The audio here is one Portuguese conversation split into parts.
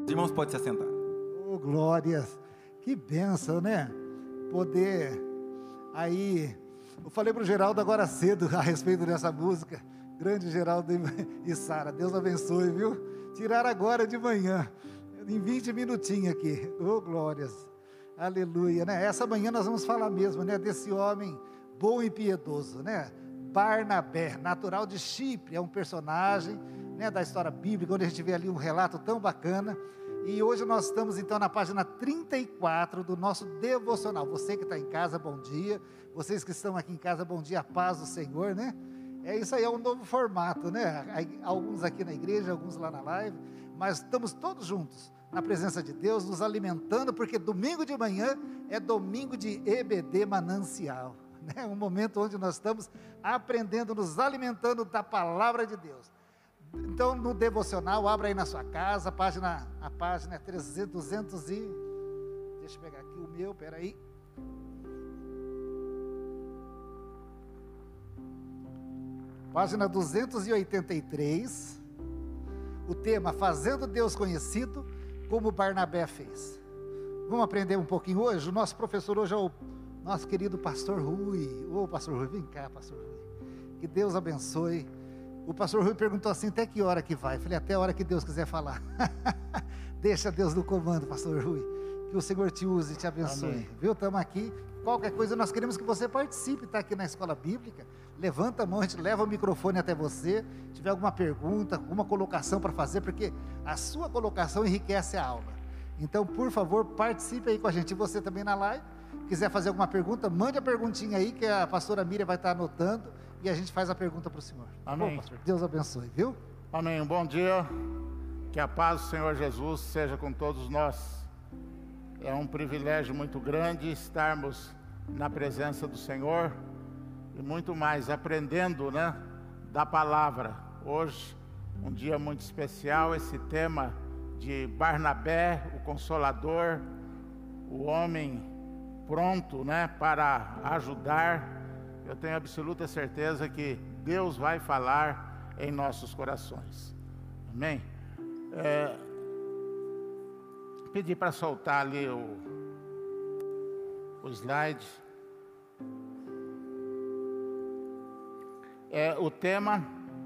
Os irmãos podem se assentar. Oh, glórias, que bênção, né? Poder, aí, eu falei para o Geraldo agora cedo a respeito dessa música, grande Geraldo e Sara, Deus abençoe, viu? Tiraram agora de manhã, em 20 minutinhos aqui, oh, glórias, aleluia, né? Essa manhã nós vamos falar mesmo, né, desse homem bom e piedoso, né? Barnabé, natural de Chipre, é um personagem, né, da história bíblica, onde a gente vê ali um relato tão bacana. E hoje nós estamos então na página 34 do nosso devocional. Você que está em casa, bom dia. Vocês que estão aqui em casa, bom dia, a paz do Senhor, né? É isso aí, é um novo formato, né? Alguns aqui na igreja, alguns lá na live, mas estamos todos juntos na presença de Deus, nos alimentando, porque domingo de manhã é domingo de EBD Manancial, né? Um momento onde nós estamos aprendendo, nos alimentando da palavra de Deus. Então, no devocional, abra aí na sua casa, a página é 200 e... Deixa eu pegar aqui o meu, peraí. Página 283. O tema, Fazendo Deus Conhecido, como Barnabé fez. Vamos aprender um pouquinho hoje? O nosso professor hoje é o nosso querido pastor Rui. Ô, pastor Rui, vem cá, pastor Rui. Que Deus abençoe. O pastor Rui perguntou assim, até que hora que vai? Eu falei, até a hora que Deus quiser falar. Deixa Deus no comando, pastor Rui. Que o Senhor te use e te abençoe. Amém. Viu? Estamos aqui. Qualquer coisa, nós queremos que você participe, está aqui na escola bíblica. Levanta a mão, a gente leva o microfone até você. Se tiver alguma pergunta, alguma colocação para fazer, porque a sua colocação enriquece a aula. Então, por favor, participe aí com a gente. E você também na live, quiser fazer alguma pergunta, mande a perguntinha aí, que a pastora Miriam vai estar anotando. E a gente faz a pergunta para o senhor. Amém. Bom, pastor, Deus abençoe, viu? Amém. Um bom dia. Que a paz do Senhor Jesus seja com todos nós. É um privilégio muito grande estarmos na presença do Senhor e muito mais aprendendo, né, da palavra. Hoje, um dia muito especial, esse tema de Barnabé, o Consolador, o homem pronto, né, para ajudar. Eu tenho absoluta certeza que Deus vai falar em nossos corações. Amém? Pedi para soltar ali o slide. O tema,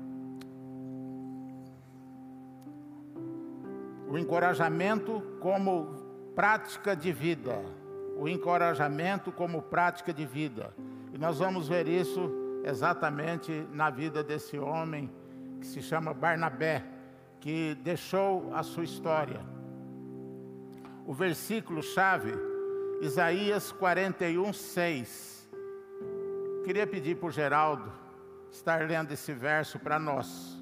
o encorajamento como prática de vida. O encorajamento como prática de vida. E nós vamos ver isso exatamente na vida desse homem que se chama Barnabé, que deixou a sua história. O versículo-chave, Isaías 41:6. Queria pedir para o Geraldo estar lendo esse verso para nós.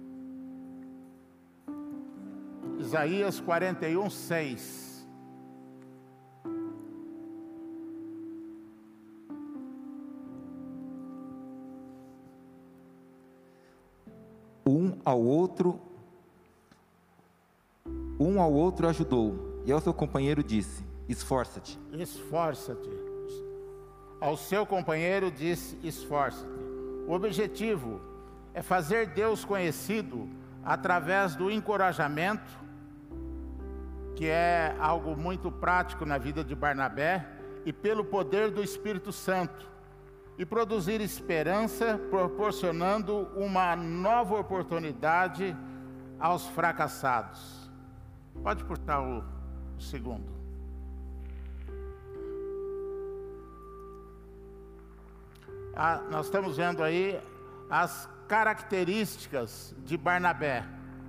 Isaías 41:6. Um ao outro ajudou, e ao seu companheiro disse, esforça-te. Esforça-te. Ao seu companheiro disse, esforça-te. O objetivo é fazer Deus conhecido através do encorajamento, que é algo muito prático na vida de Barnabé, e pelo poder do Espírito Santo, e produzir esperança, proporcionando uma nova oportunidade aos fracassados. Pode puxar o segundo. Nós estamos vendo aí as características de Barnabé.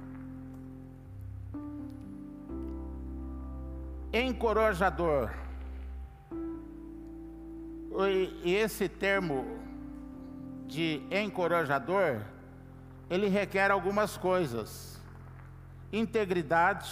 Encorajador. E esse termo de encorajador, ele requer algumas coisas: integridade,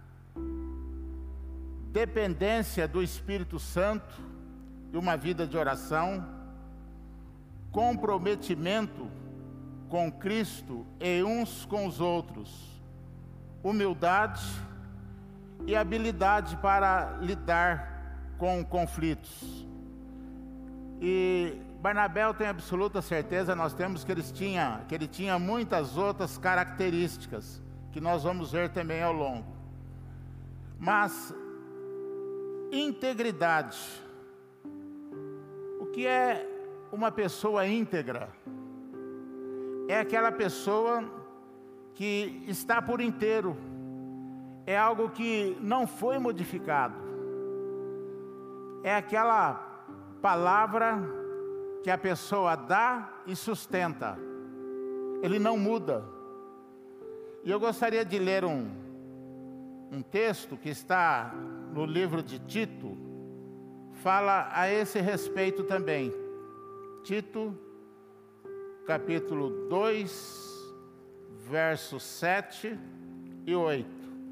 dependência do Espírito Santo e uma vida de oração, comprometimento com Cristo e uns com os outros, humildade e habilidade para lidar com conflitos. E Barnabé, eu tenho absoluta certeza, nós temos que ele tinha muitas outras características, que nós vamos ver também ao longo. Mas integridade. O que é uma pessoa íntegra? É aquela pessoa que está por inteiro. É algo que não foi modificado. É aquela palavra que a pessoa dá e sustenta. Ele não muda. E eu gostaria de ler um texto que está no livro de Tito, fala a esse respeito também. Tito, capítulo 2, versos 7 e 8.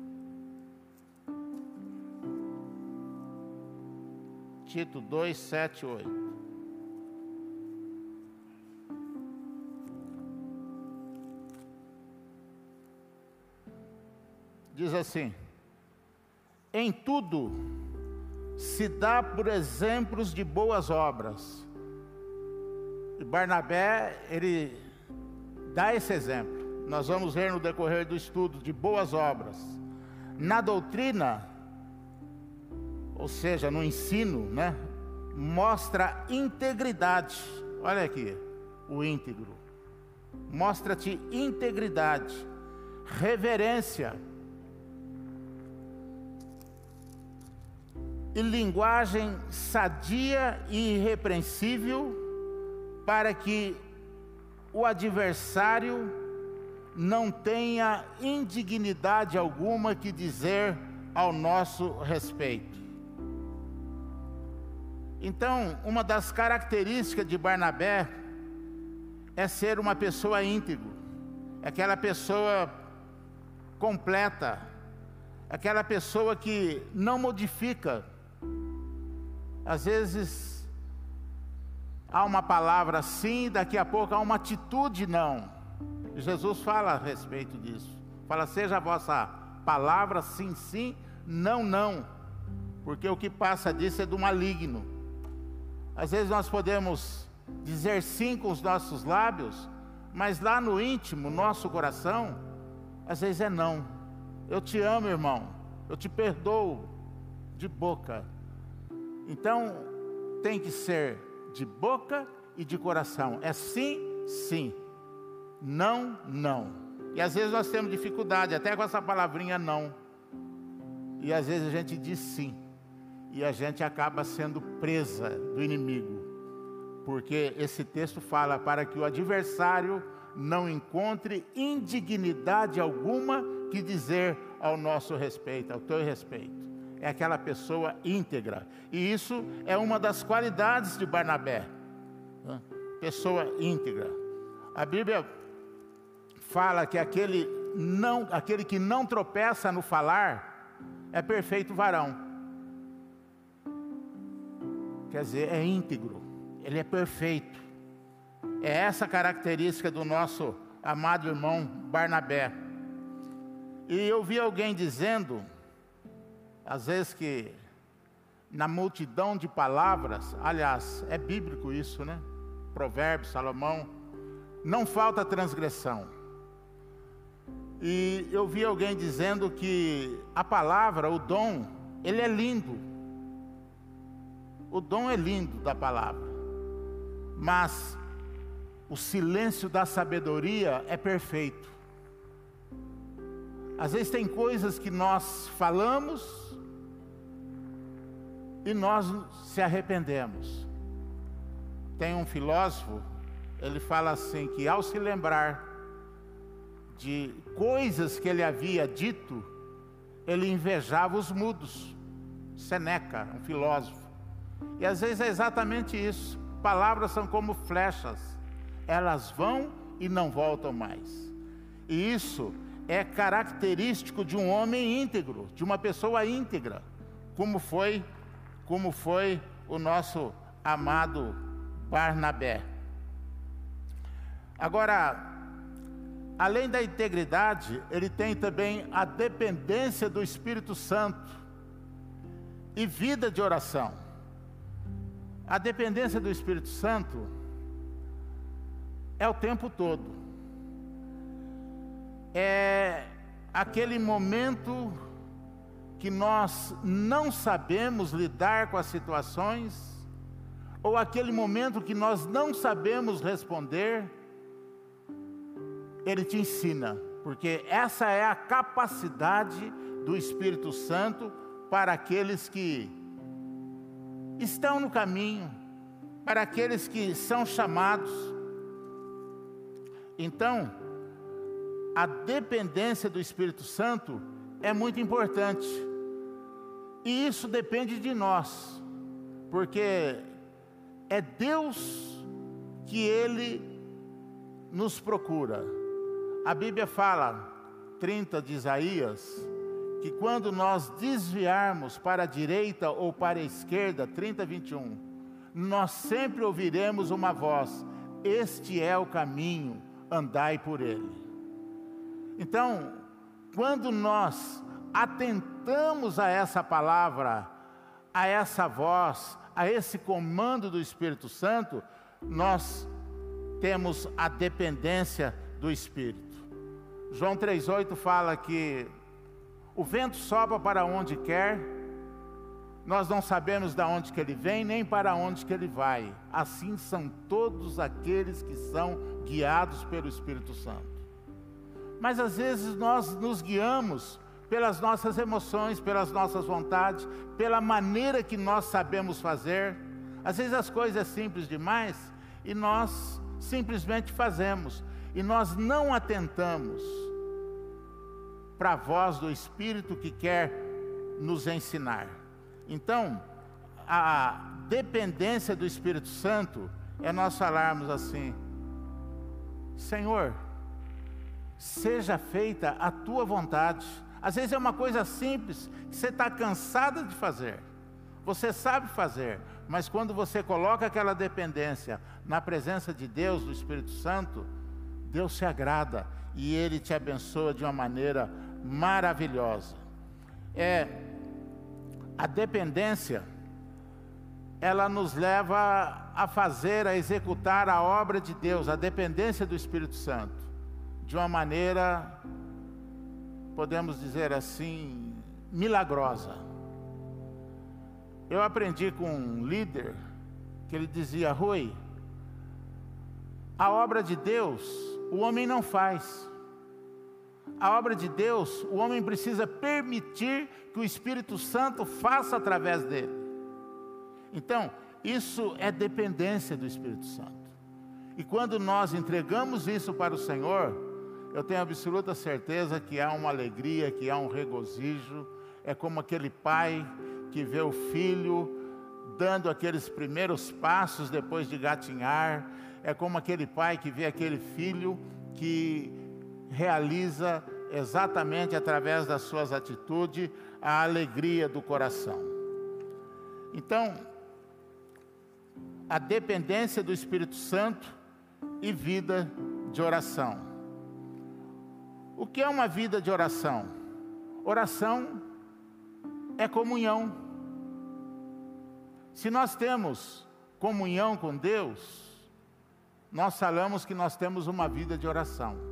Tito 2, 7 e 8. Diz assim: em tudo se dá por exemplos de boas obras. E Barnabé, ele dá esse exemplo. Nós vamos ver no decorrer do estudo de boas obras. Na doutrina, ou seja, no ensino, né, mostra integridade. Olha aqui, o íntegro. Mostra-te integridade, reverência e linguagem sadia e irrepreensível, para que o adversário não tenha indignidade alguma que dizer ao nosso respeito. Então, uma das características de Barnabé é ser uma pessoa íntegro, aquela pessoa completa, aquela pessoa que não modifica. Às vezes há uma palavra sim, daqui a pouco há uma atitude não. Jesus fala a respeito disso. Fala, seja a vossa palavra sim, sim, não, não. Porque o que passa disso é do maligno. Às vezes nós podemos dizer sim com os nossos lábios, mas lá no íntimo, nosso coração, às vezes é não. Eu te amo, irmão, eu te perdoo, de boca. Então, tem que ser de boca e de coração. É sim, sim. Não, não. E às vezes nós temos dificuldade, até com essa palavrinha não. E às vezes a gente diz sim. E a gente acaba sendo presa do inimigo. Porque esse texto fala para que o adversário não encontre indignidade alguma que dizer ao nosso respeito, ao teu respeito. É aquela pessoa íntegra. E isso é uma das qualidades de Barnabé. Pessoa íntegra. A Bíblia fala que aquele que não tropeça no falar é perfeito varão. Quer dizer, é íntegro. Ele é perfeito. É essa característica do nosso amado irmão Barnabé. E eu vi alguém dizendo, às vezes, que na multidão de palavras, aliás, é bíblico isso, né? Provérbios, Salomão, não falta transgressão. E eu vi alguém dizendo que a palavra, o dom, ele é lindo. O dom é lindo da palavra. Mas o silêncio da sabedoria é perfeito. Às vezes tem coisas que nós falamos e nós se arrependemos. Tem um filósofo, ele fala assim, que ao se lembrar de coisas que ele havia dito, ele invejava os mudos. Sêneca, um filósofo. E às vezes é exatamente isso. Palavras são como flechas, elas vão e não voltam mais. E isso é característico de um homem íntegro, de uma pessoa íntegra, como foi o nosso amado Barnabé. Agora, além da integridade, ele tem também a dependência do Espírito Santo e vida de oração. A dependência do Espírito Santo é o tempo todo. É aquele momento que nós não sabemos lidar com as situações, ou aquele momento que nós não sabemos responder, Ele te ensina, porque essa é a capacidade do Espírito Santo para aqueles que estão no caminho, para aqueles que são chamados. Então, a dependência do Espírito Santo é muito importante. E isso depende de nós, porque é Deus que Ele nos procura. A Bíblia fala, 30 de Isaías, que quando nós desviarmos para a direita ou para a esquerda, 30, 21, nós sempre ouviremos uma voz: este é o caminho, andai por ele. Então, quando nós atentamos a essa palavra, a essa voz, a esse comando do Espírito Santo, nós temos a dependência do Espírito. João 3,8 fala que o vento sopra para onde quer, nós não sabemos de onde que ele vem, nem para onde que ele vai. Assim são todos aqueles que são guiados pelo Espírito Santo. Mas às vezes nós nos guiamos pelas nossas emoções, pelas nossas vontades, pela maneira que nós sabemos fazer. Às vezes as coisas são simples demais e nós simplesmente fazemos. E nós não atentamos para a voz do Espírito que quer nos ensinar. Então, a dependência do Espírito Santo é nós falarmos assim: Senhor, seja feita a tua vontade. Às vezes é uma coisa simples, que você está cansada de fazer, você sabe fazer, mas quando você coloca aquela dependência na presença de Deus, do Espírito Santo, Deus se agrada e Ele te abençoa de uma maneira maravilhosa. A dependência, ela nos leva a fazer, a executar a obra de Deus, a dependência do Espírito Santo, de uma maneira, podemos dizer assim, milagrosa. Eu aprendi com um líder, que ele dizia: Rui, a obra de Deus, o homem não faz. A obra de Deus, o homem precisa permitir que o Espírito Santo faça através dele. Então, isso é dependência do Espírito Santo. E quando nós entregamos isso para o Senhor, eu tenho absoluta certeza que há uma alegria, que há um regozijo. É como aquele pai que vê o filho dando aqueles primeiros passos depois de gatinhar. É como aquele pai que vê aquele filho que realiza exatamente através das suas atitudes a alegria do coração. Então, a dependência do Espírito Santo e vida de oração. O que é uma vida de oração? Oração é comunhão. Se nós temos comunhão com Deus, nós falamos que nós temos uma vida de oração.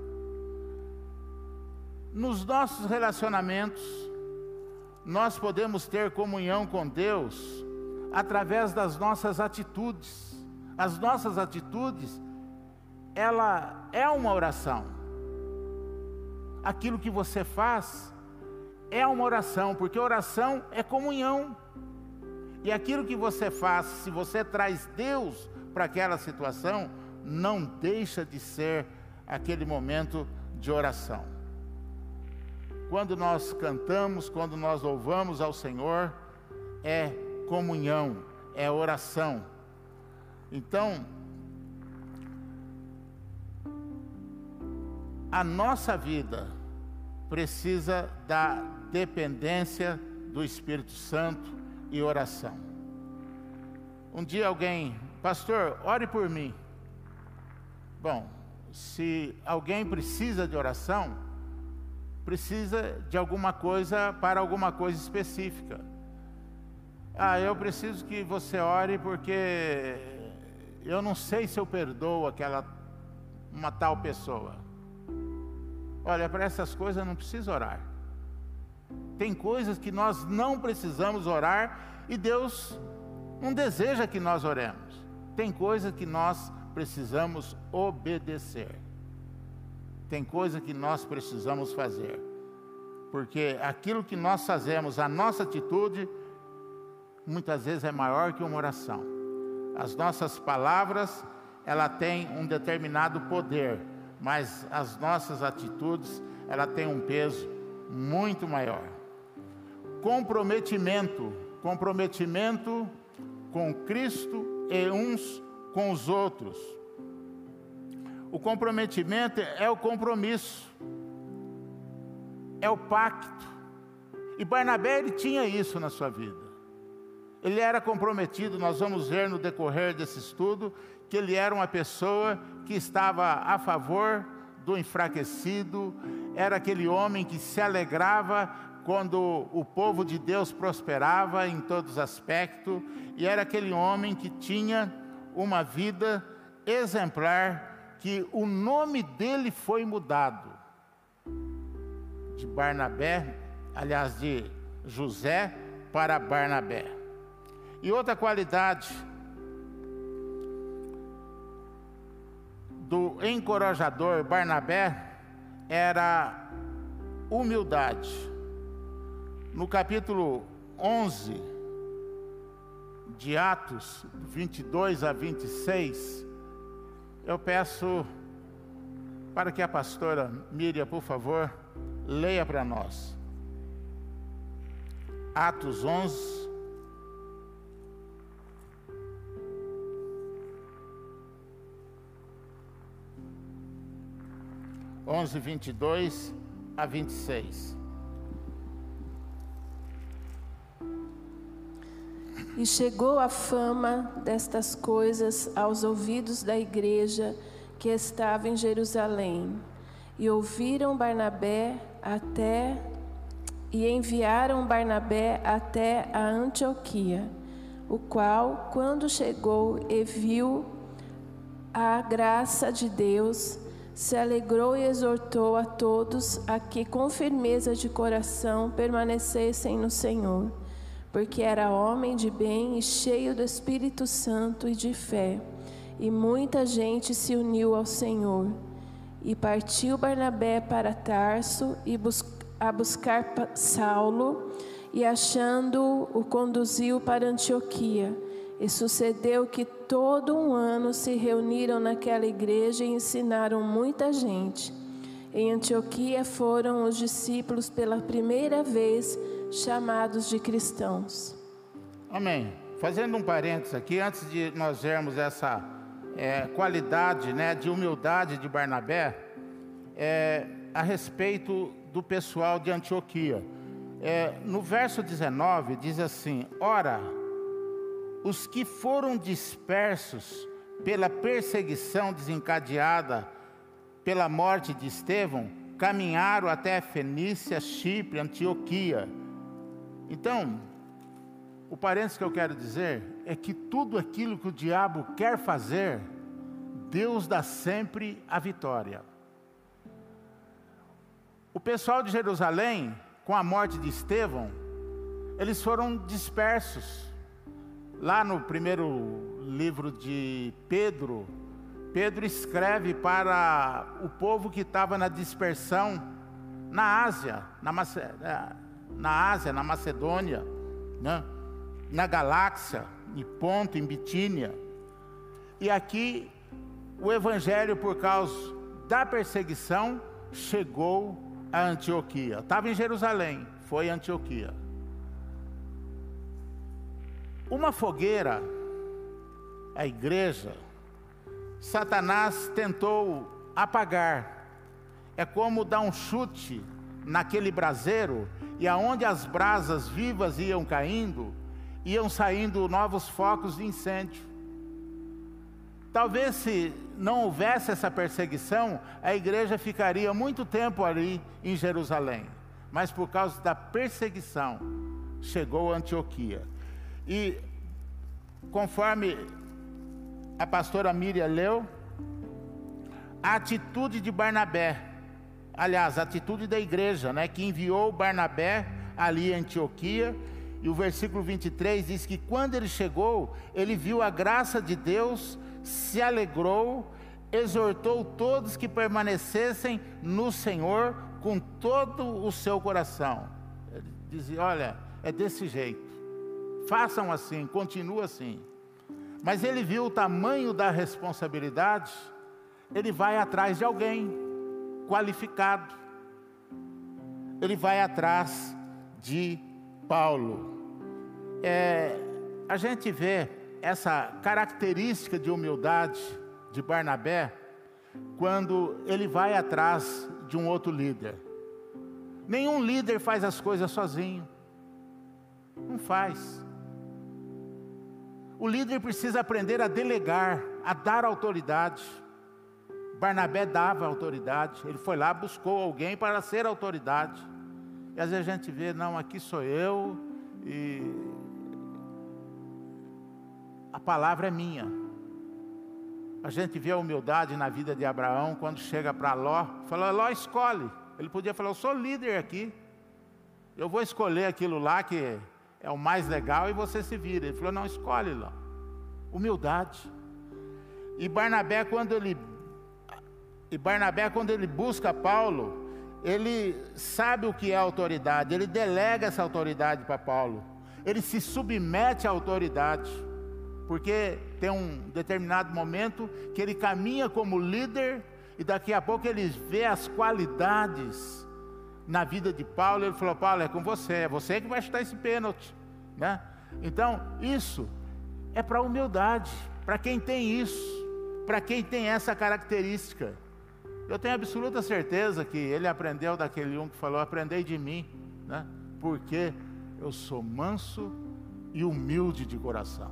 Nos nossos relacionamentos, nós podemos ter comunhão com Deus através das nossas atitudes. As nossas atitudes, ela é uma oração. Aquilo que você faz é uma oração, porque oração é comunhão. E aquilo que você faz, se você traz Deus para aquela situação, não deixa de ser aquele momento de oração. Quando nós cantamos, quando nós louvamos ao Senhor, é comunhão, é oração. Então, a nossa vida precisa da dependência do Espírito Santo e oração. Um dia alguém: pastor, ore por mim. Bom, se alguém precisa de oração, precisa de alguma coisa para alguma coisa específica. Eu preciso que você ore porque eu não sei se eu perdoo uma tal pessoa. Olha, para essas coisas eu não preciso orar. Tem coisas que nós não precisamos orar e Deus não deseja que nós oremos. Tem coisas que nós precisamos obedecer. Tem coisas que nós precisamos fazer. Porque aquilo que nós fazemos, a nossa atitude, muitas vezes é maior que uma oração. As nossas palavras, ela tem um determinado poder, mas as nossas atitudes, ela tem um peso muito maior. Comprometimento com Cristo e uns com os outros. O comprometimento é o compromisso, é o pacto. E Barnabé, ele tinha isso na sua vida. Ele era comprometido. Nós vamos ver no decorrer desse estudo que ele era uma pessoa que estava a favor do enfraquecido, era aquele homem que se alegrava quando o povo de Deus prosperava em todos os aspectos, e era aquele homem que tinha uma vida exemplar, que o nome dele foi mudado de Barnabé, aliás, de José para Barnabé. E outra qualidade do encorajador Barnabé era humildade. No capítulo 11 de Atos, 22 a 26, eu peço para que a pastora Miriam, por favor, leia para nós. Atos 11, onze, 22 a 26. E chegou a fama destas coisas aos ouvidos da igreja que estava em Jerusalém. E ouviram Barnabé e enviaram Barnabé até a Antioquia, o qual, quando chegou e viu a graça de Deus, se alegrou e exortou a todos a que com firmeza de coração permanecessem no Senhor, porque era homem de bem e cheio do Espírito Santo e de fé, e muita gente se uniu ao Senhor. E partiu Barnabé para Tarso a buscar Saulo, e achando-o, o conduziu para Antioquia. E sucedeu que todo um ano se reuniram naquela igreja e ensinaram muita gente. Em Antioquia foram os discípulos pela primeira vez chamados de cristãos. Amém. Fazendo um parênteses aqui, antes de nós vermos essa qualidade, de humildade de Barnabé, a respeito do pessoal de Antioquia. No verso 19 diz assim: ora, os que foram dispersos pela perseguição desencadeada pela morte de Estevão, caminharam até Fenícia, Chipre, Antioquia. Então, o parênteses que eu quero dizer é que tudo aquilo que o diabo quer fazer, Deus dá sempre a vitória. O pessoal de Jerusalém, com a morte de Estevão, eles foram dispersos. Lá no primeiro livro de Pedro, Pedro escreve para o povo que estava na dispersão na Ásia, na Macedônia, na Galáxia, em Ponto, em Bitínia. E aqui o evangelho, por causa da perseguição, chegou a Antioquia. Estava em Jerusalém, foi a Antioquia. Uma fogueira, a igreja, Satanás tentou apagar. É como dar um chute naquele braseiro, e aonde as brasas vivas iam caindo, iam saindo novos focos de incêndio. Talvez se não houvesse essa perseguição, a igreja ficaria muito tempo ali em Jerusalém. Mas por causa da perseguição, chegou a Antioquia. E conforme a pastora Miriam leu, a atitude de Barnabé, aliás, a atitude da igreja, que enviou Barnabé ali em Antioquia. E o versículo 23 diz que quando ele chegou, ele viu a graça de Deus, se alegrou, exortou todos que permanecessem no Senhor com todo o seu coração. Ele dizia: olha, é desse jeito, façam assim, continua assim. Mas ele viu o tamanho da responsabilidade, ele vai atrás de alguém qualificado. Ele vai atrás de Paulo. A gente vê essa característica de humildade de Barnabé quando ele vai atrás de um outro líder. Nenhum líder faz as coisas sozinho. Não faz. O líder precisa aprender a delegar, a dar autoridade. Barnabé dava autoridade. Ele foi lá, buscou alguém para ser autoridade. E às vezes a gente vê: não, aqui sou eu e a palavra é minha. A gente vê a humildade na vida de Abraão quando chega para Ló, fala: Ló, escolhe. Ele podia falar: eu sou líder aqui, eu vou escolher aquilo lá que é o mais legal e você se vira. Ele falou: não, escolhe, Ló. Humildade. E Barnabé, quando ele busca Paulo, ele sabe o que é autoridade, ele delega essa autoridade para Paulo, ele se submete à autoridade, porque tem um determinado momento que ele caminha como líder, e daqui a pouco ele vê as qualidades na vida de Paulo. Ele falou: Paulo, é com você, é você que vai chutar esse pênalti, né? Então isso é para a humildade, para quem tem isso, para quem tem essa característica. Eu tenho absoluta certeza que ele aprendeu daquele que falou: aprendei de mim, né? Porque eu sou manso e humilde de coração.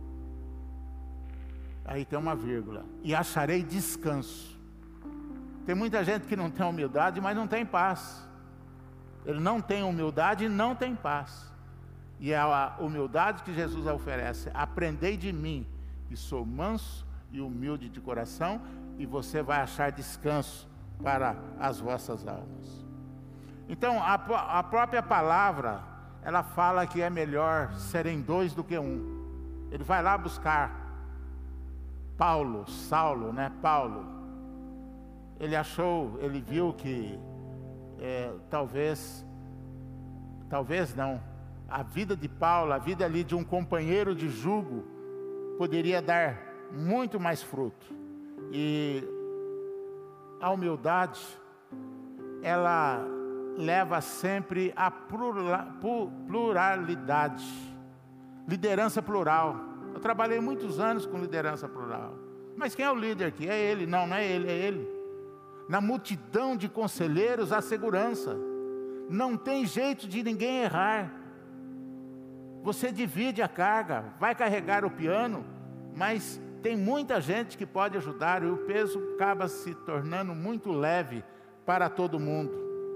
Aí tem uma vírgula: e acharei descanso. Tem muita gente que não tem humildade, mas não tem paz. Ele não tem humildade e não tem paz. E é a humildade que Jesus oferece: aprendei de mim, que sou manso e humilde de coração, e você vai achar descanso para as vossas almas. Então, a própria palavra, ela fala que é melhor serem dois do que um. Ele vai lá buscar Saulo, né? Paulo. Ele viu que talvez não, a vida de Paulo, a vida ali de um companheiro de jugo, poderia dar muito mais fruto. E a humildade, ela leva sempre a pluralidade, liderança plural. Eu trabalhei muitos anos com liderança plural. Mas quem é o líder aqui? É ele. Não é ele, é ele. Na multidão de conselheiros há segurança. Não tem jeito de ninguém errar. Você divide a carga, vai carregar o piano, mas tem muita gente que pode ajudar, e o peso acaba se tornando muito leve para todo mundo.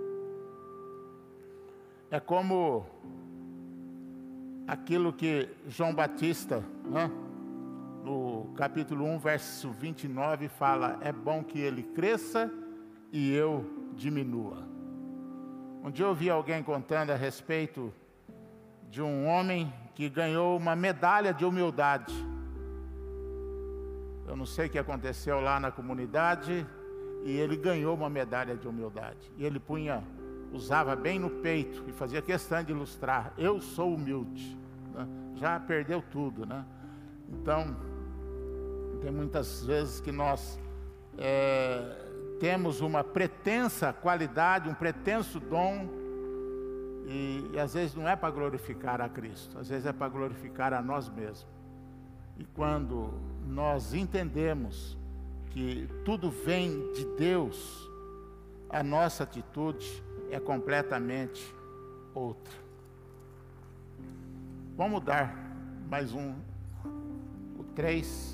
É como aquilo que João Batista, né, no capítulo 1, verso 29, fala: é bom que ele cresça e eu diminua. Um dia eu ouvi alguém contando a respeito de um homem que ganhou uma medalha de humildade. Eu não sei o que aconteceu lá na comunidade, e ele ganhou uma medalha de humildade. E ele usava bem no peito e fazia questão de ilustrar: eu sou humilde, né? Já perdeu tudo, né? Então, tem muitas vezes que nós temos uma pretensa qualidade, um pretenso dom, e às vezes não é para glorificar a Cristo, às vezes é para glorificar a nós mesmos. E quando nós entendemos que tudo vem de Deus, a nossa atitude é completamente outra. Vamos dar mais o 3.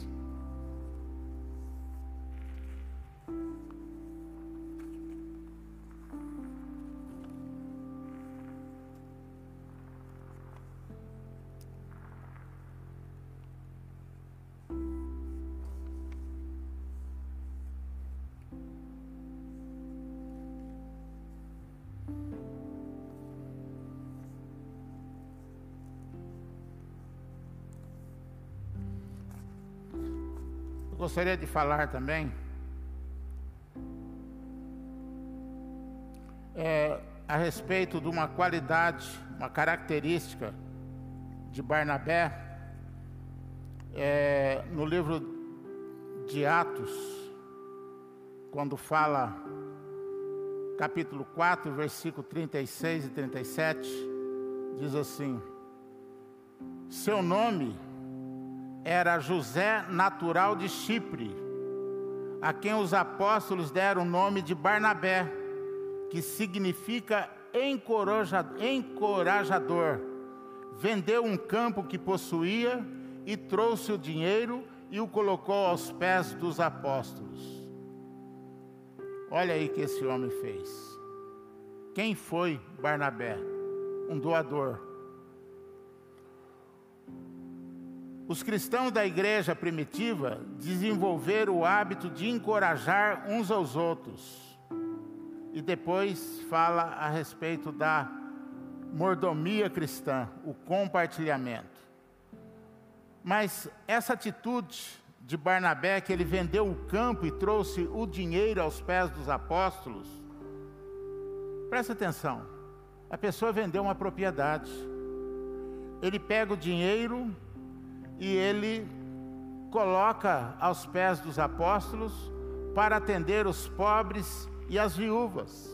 gostaria de falar também a respeito de uma qualidade, uma característica de Barnabé, no livro de Atos, quando fala, capítulo 4, versículo 36 e 37, diz assim: seu nome era José, natural de Chipre, a quem os apóstolos deram o nome de Barnabé, que significa encorajador. Vendeu um campo que possuía e trouxe o dinheiro e o colocou aos pés dos apóstolos. Olha aí o que esse homem fez. Quem foi Barnabé? Um doador. Os cristãos da igreja primitiva desenvolveram o hábito de encorajar uns aos outros. E depois fala a respeito da mordomia cristã, o compartilhamento. Mas essa atitude de Barnabé, que ele vendeu o campo e trouxe o dinheiro aos pés dos apóstolos, presta atenção, a pessoa vendeu uma propriedade, ele pega o dinheiro e ele coloca aos pés dos apóstolos para atender os pobres e as viúvas.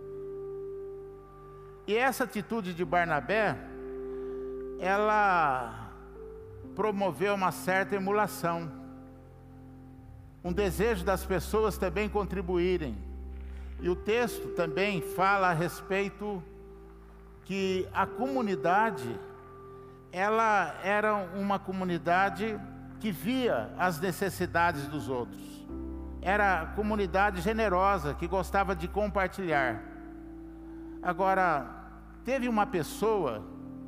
E essa atitude de Barnabé, ela promoveu uma certa emulação, um desejo das pessoas também contribuírem. E o texto também fala a respeito que a comunidade, ela era uma comunidade que via as necessidades dos outros. Era comunidade generosa, que gostava de compartilhar. Agora, teve uma pessoa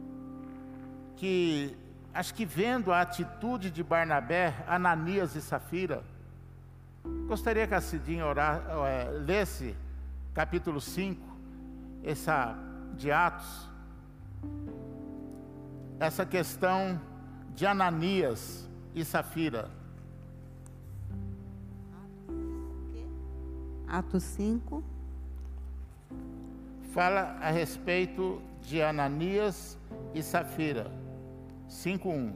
que, acho que vendo a atitude de Barnabé, Ananias e Safira, gostaria que a Cidinha lesse capítulo 5, de Atos, essa questão de Ananias e Safira. Atos 5. Fala a respeito de Ananias e Safira. 5:1.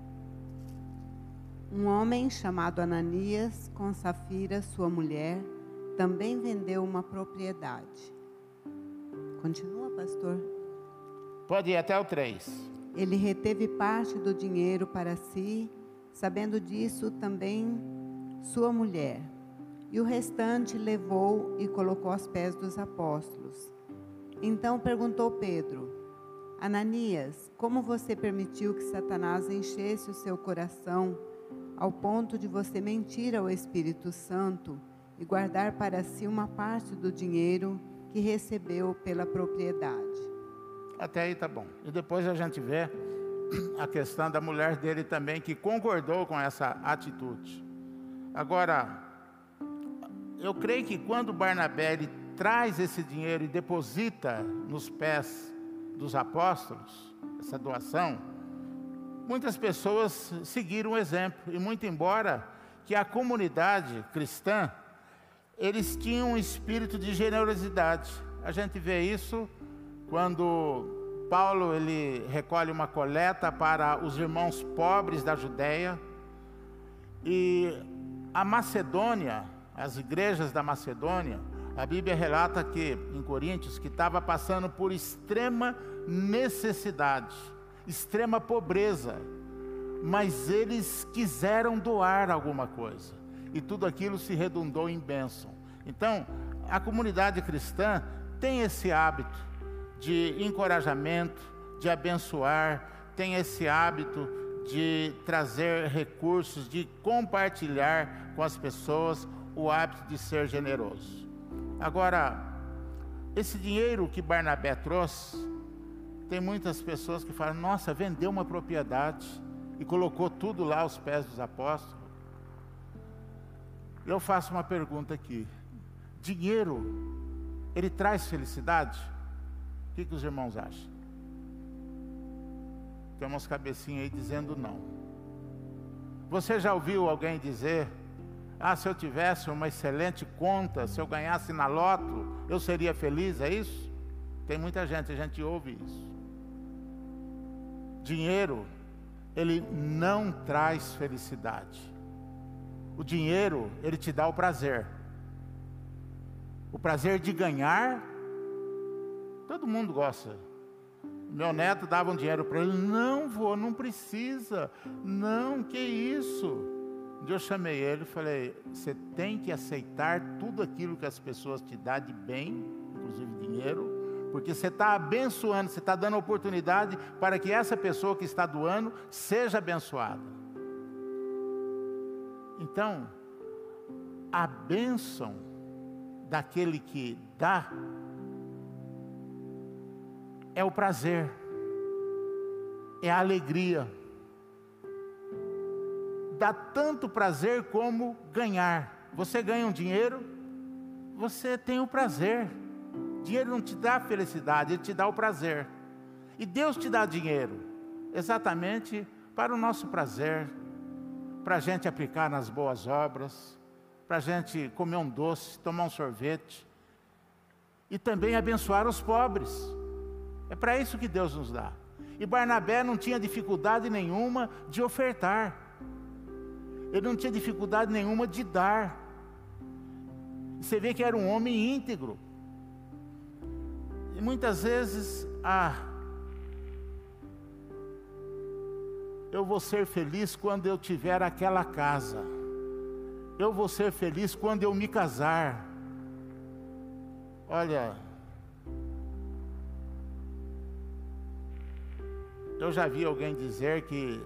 Um homem chamado Ananias, com Safira, sua mulher, também vendeu uma propriedade. Continua, pastor? Pode ir até o 3. Ele reteve parte do dinheiro para si, sabendo disso também sua mulher. E o restante levou e colocou aos pés dos apóstolos. Então perguntou Pedro: Ananias, como você permitiu que Satanás enchesse o seu coração, ao ponto de você mentir ao Espírito Santo e guardar para si uma parte do dinheiro que recebeu pela propriedade? Até aí tá bom. E depois a gente vê a questão da mulher dele também, que concordou com essa atitude. Agora, eu creio que quando Barnabé ele traz esse dinheiro e deposita nos pés dos apóstolos, essa doação, muitas pessoas seguiram o exemplo. E muito embora que a comunidade cristã, eles tinham um espírito de generosidade. A gente vê isso quando Paulo ele recolhe uma coleta para os irmãos pobres da Judeia. E a Macedônia, as igrejas da Macedônia, a Bíblia relata que, em Coríntios, que estava passando por extrema necessidade, extrema pobreza, mas eles quiseram doar alguma coisa, e tudo aquilo se redundou em bênção. Então, a comunidade cristã tem esse hábito de encorajamento, de abençoar, tem esse hábito de trazer recursos, de compartilhar com as pessoas, o hábito de ser generoso. Agora, esse dinheiro que Barnabé trouxe, tem muitas pessoas que falam: nossa, vendeu uma propriedade e colocou tudo lá aos pés dos apóstolos. Eu faço uma pergunta aqui: dinheiro, ele traz felicidade? O que os irmãos acham? Tem umas cabecinhas aí dizendo não. Você já ouviu alguém dizer se eu tivesse uma excelente conta, se eu ganhasse na loto, eu seria feliz, é isso? Tem muita gente, a gente ouve isso. Dinheiro, ele não traz felicidade. O dinheiro, ele te dá o prazer. O prazer de ganhar, todo mundo gosta. Meu neto dava um dinheiro para ele, não vou, não precisa, não, que isso? Um dia eu chamei ele e falei, você tem que aceitar tudo aquilo que as pessoas te dão de bem, inclusive dinheiro, porque você está abençoando, você está dando oportunidade para que essa pessoa que está doando seja abençoada. Então, a bênção daquele que dá é o prazer, é a alegria. Dá tanto prazer como ganhar. Você ganha um dinheiro, você tem o prazer. Dinheiro não te dá felicidade, ele te dá o prazer. E Deus te dá dinheiro exatamente para o nosso prazer, para a gente aplicar nas boas obras, para a gente comer um doce, tomar um sorvete e também abençoar os pobres. É para isso que Deus nos dá. E Barnabé não tinha dificuldade nenhuma de ofertar. Ele não tinha dificuldade nenhuma de dar. Você vê que era um homem íntegro. E muitas vezes, eu vou ser feliz quando eu tiver aquela casa. Eu vou ser feliz quando eu me casar. Olha, eu já vi alguém dizer que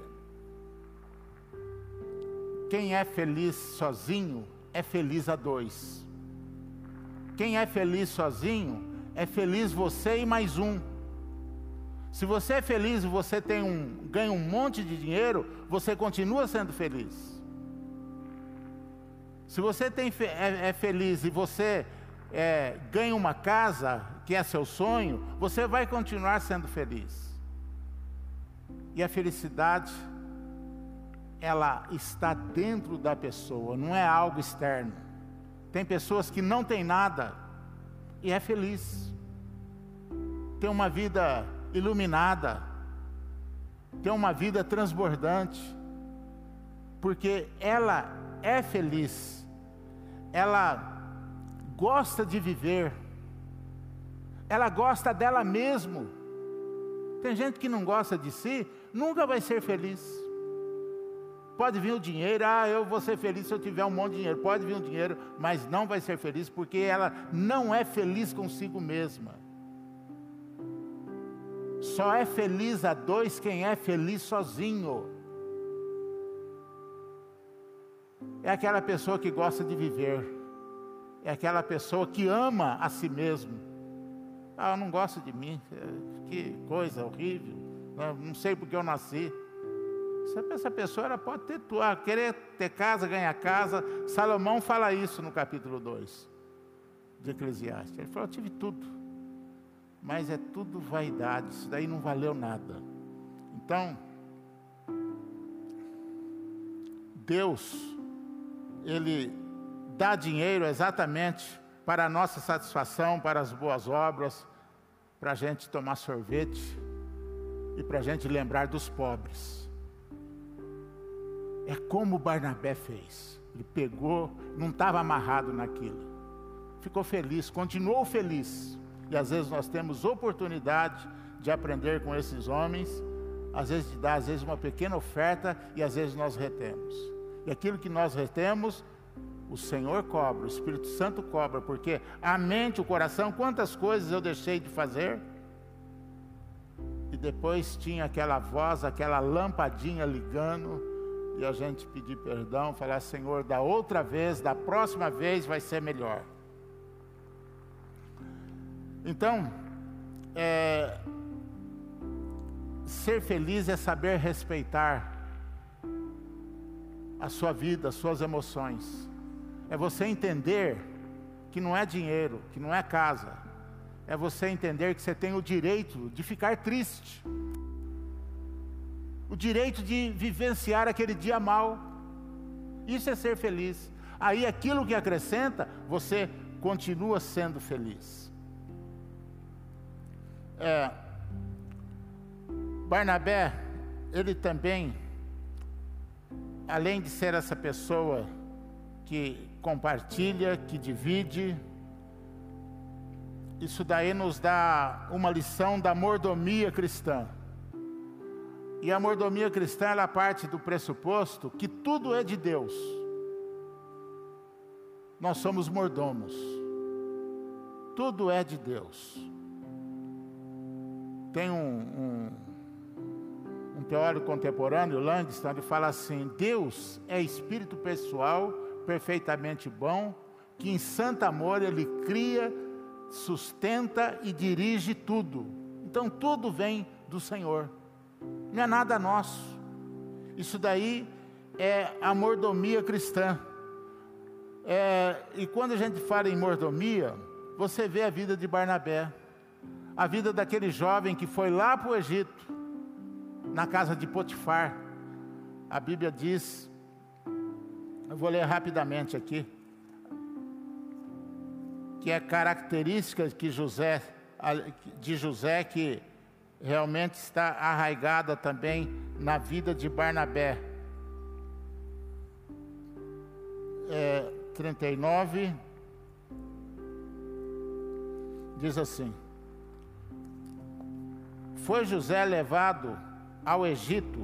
quem é feliz sozinho é feliz a dois. Quem é feliz sozinho é feliz você e mais um. Se você é feliz e você ganha um monte de dinheiro, você continua sendo feliz. Se você é feliz e você ganha uma casa, que é seu sonho, você vai continuar sendo feliz. E a felicidade, ela está dentro da pessoa, não é algo externo. Tem pessoas que não têm nada e é feliz. Tem uma vida iluminada, tem uma vida transbordante, porque ela é feliz, ela gosta de viver, ela gosta dela mesmo. Tem gente que não gosta de si, nunca vai ser feliz. Pode vir o dinheiro, eu vou ser feliz se eu tiver um monte de dinheiro. Pode vir o dinheiro, mas não vai ser feliz, porque ela não é feliz consigo mesma. Só é feliz a dois quem é feliz sozinho. É aquela pessoa que gosta de viver. É aquela pessoa que ama a si mesmo. Eu não gosto de mim, que coisa horrível, não sei porque eu nasci. Essa pessoa ela pode ter tudo, querer ter casa, ganhar casa. Salomão fala isso no capítulo 2 de Eclesiastes. Ele falou, eu tive tudo, mas é tudo vaidade, isso daí não valeu nada. Então, Deus, Ele dá dinheiro exatamente para a nossa satisfação, para as boas obras, para a gente tomar sorvete e para a gente lembrar dos pobres. É como Barnabé fez. Ele pegou, não estava amarrado naquilo. Ficou feliz, continuou feliz. E às vezes nós temos oportunidade de aprender com esses homens, às vezes de dar uma pequena oferta, e às vezes nós retemos. E aquilo que nós retemos, o Senhor cobra, o Espírito Santo cobra, porque a mente, o coração, quantas coisas eu deixei de fazer, e depois tinha aquela voz, aquela lampadinha ligando, e a gente pedir perdão, falar, Senhor, da outra vez, da próxima vez vai ser melhor. Então, ser feliz é saber respeitar a sua vida, as suas emoções. É você entender que não é dinheiro, que não é casa. É você entender que você tem o direito de ficar triste. O direito de vivenciar aquele dia mau. Isso é ser feliz. Aí aquilo que acrescenta, você continua sendo feliz. Barnabé, ele também, além de ser essa pessoa que compartilha, que divide, isso daí nos dá uma lição da mordomia cristã. E a mordomia cristã, ela parte do pressuposto que tudo é de Deus. Nós somos mordomos. Tudo é de Deus. Tem um teórico contemporâneo, Langston, ele fala assim: Deus é espírito pessoal, perfeitamente bom, que em santo amor Ele cria, sustenta e dirige tudo. Então tudo vem do Senhor. Não é nada nosso. Isso daí é a mordomia cristã. E quando a gente fala em mordomia, você vê a vida de Barnabé, a vida daquele jovem que foi lá para o Egito, na casa de Potifar. A Bíblia diz, eu vou ler rapidamente aqui, que é característica de José que realmente está arraigada também na vida de Barnabé. 39 diz assim: foi José levado ao Egito.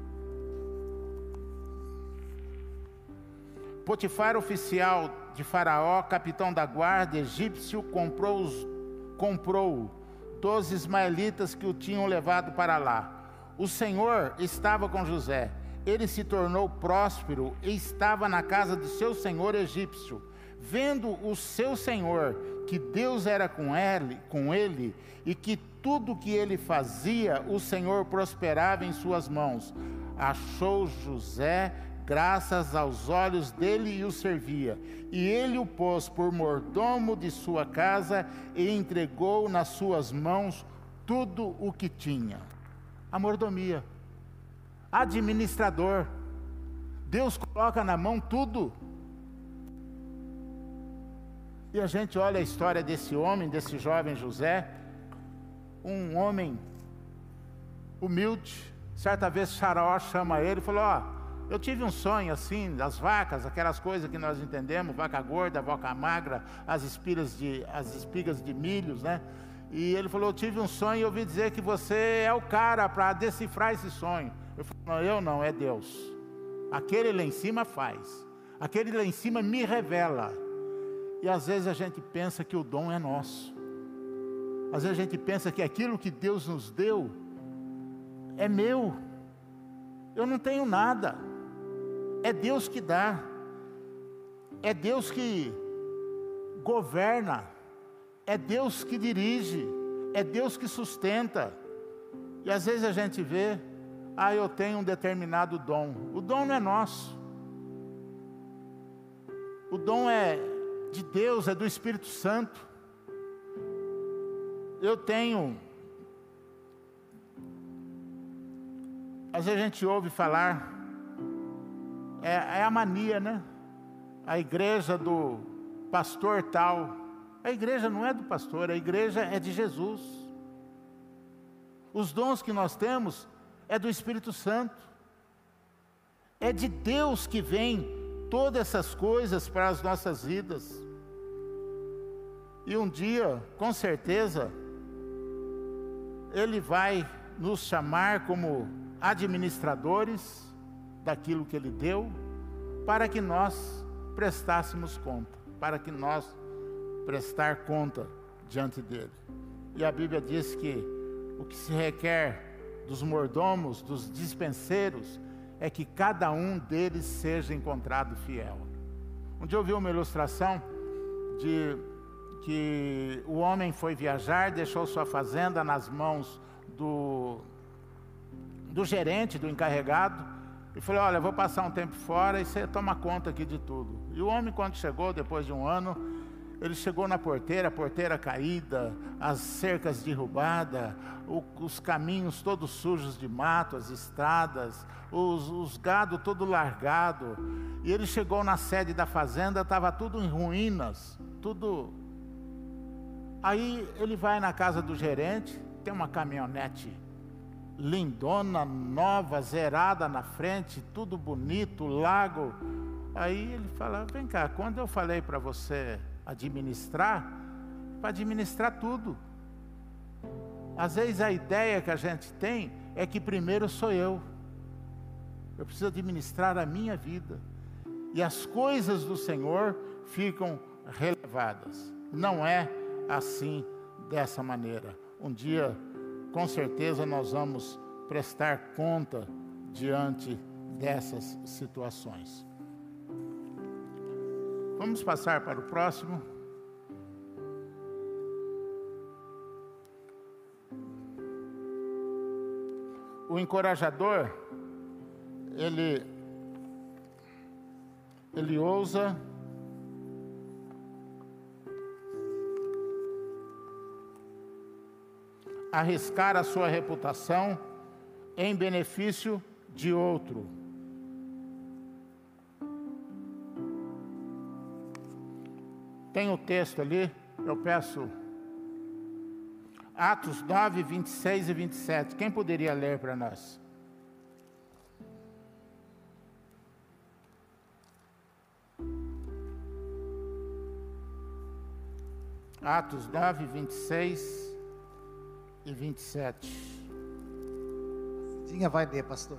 Potifar, oficial de Faraó, capitão da guarda egípcio, comprou-o dos ismaelitas que o tinham levado para lá. O Senhor estava com José. Ele se tornou próspero e estava na casa de seu senhor egípcio. Vendo o seu senhor que Deus era com ele e que tudo que ele fazia, o Senhor prosperava em suas mãos, achou José graças aos olhos dele e o servia. E ele o pôs por mordomo de sua casa e entregou nas suas mãos tudo o que tinha. A mordomia. Administrador. Deus coloca na mão tudo. E a gente olha a história desse homem, desse jovem José, um homem humilde. Certa vez Faraó chama ele e falou: eu tive um sonho assim, das vacas, aquelas coisas que nós entendemos, vaca gorda, vaca magra, as espigas de milhos, né? E ele falou: eu tive um sonho e ouvi dizer que você é o cara para decifrar esse sonho. Eu falei: não, eu não, é Deus. Aquele lá em cima faz. Aquele lá em cima me revela. E às vezes a gente pensa que o dom é nosso. Às vezes a gente pensa que aquilo que Deus nos deu é meu. Eu não tenho nada. É Deus que dá. É Deus que governa. É Deus que dirige. É Deus que sustenta. E às vezes a gente vê: eu tenho um determinado dom. O dom não é nosso. O dom é de Deus, é do Espírito Santo. Eu tenho. Às vezes a gente ouve falar, é a mania, né? A igreja do pastor tal. A igreja não é do pastor, a igreja é de Jesus. Os dons que nós temos é do Espírito Santo. É de Deus que vem todas essas coisas para as nossas vidas. E um dia, com certeza, Ele vai nos chamar como administradores daquilo que Ele deu, para que nós prestássemos conta, para que nós prestar conta diante dEle. E a Bíblia diz que o que se requer dos mordomos, dos dispenseiros, é que cada um deles seja encontrado fiel. Um dia eu vi uma ilustração de que o homem foi viajar, deixou sua fazenda nas mãos do gerente, do encarregado, e falou: olha, eu vou passar um tempo fora e você toma conta aqui de tudo. E o homem, quando chegou, depois de um ano, Ele chegou na porteira, a porteira caída, as cercas derrubadas, os caminhos todos sujos de mato, as estradas, os gado todo largado. E ele chegou na sede da fazenda, estava tudo em ruínas, tudo. Aí ele vai na casa do gerente, tem uma caminhonete lindona, nova, zerada na frente, tudo bonito, lago. Aí ele fala: vem cá, quando eu falei para você administrar, para administrar tudo. Às vezes a ideia que a gente tem é que primeiro sou eu preciso administrar a minha vida, e as coisas do Senhor ficam relevadas. Não é assim, dessa maneira. Um dia, com certeza, nós vamos prestar conta diante dessas situações. Vamos passar para o próximo. O encorajador, ele ousa arriscar a sua reputação em benefício de outro. Tem o texto ali, eu peço Atos 9, 26 e 27. Quem poderia ler para nós? Atos 9, 26 e 27. Cidinha vai ler, pastor.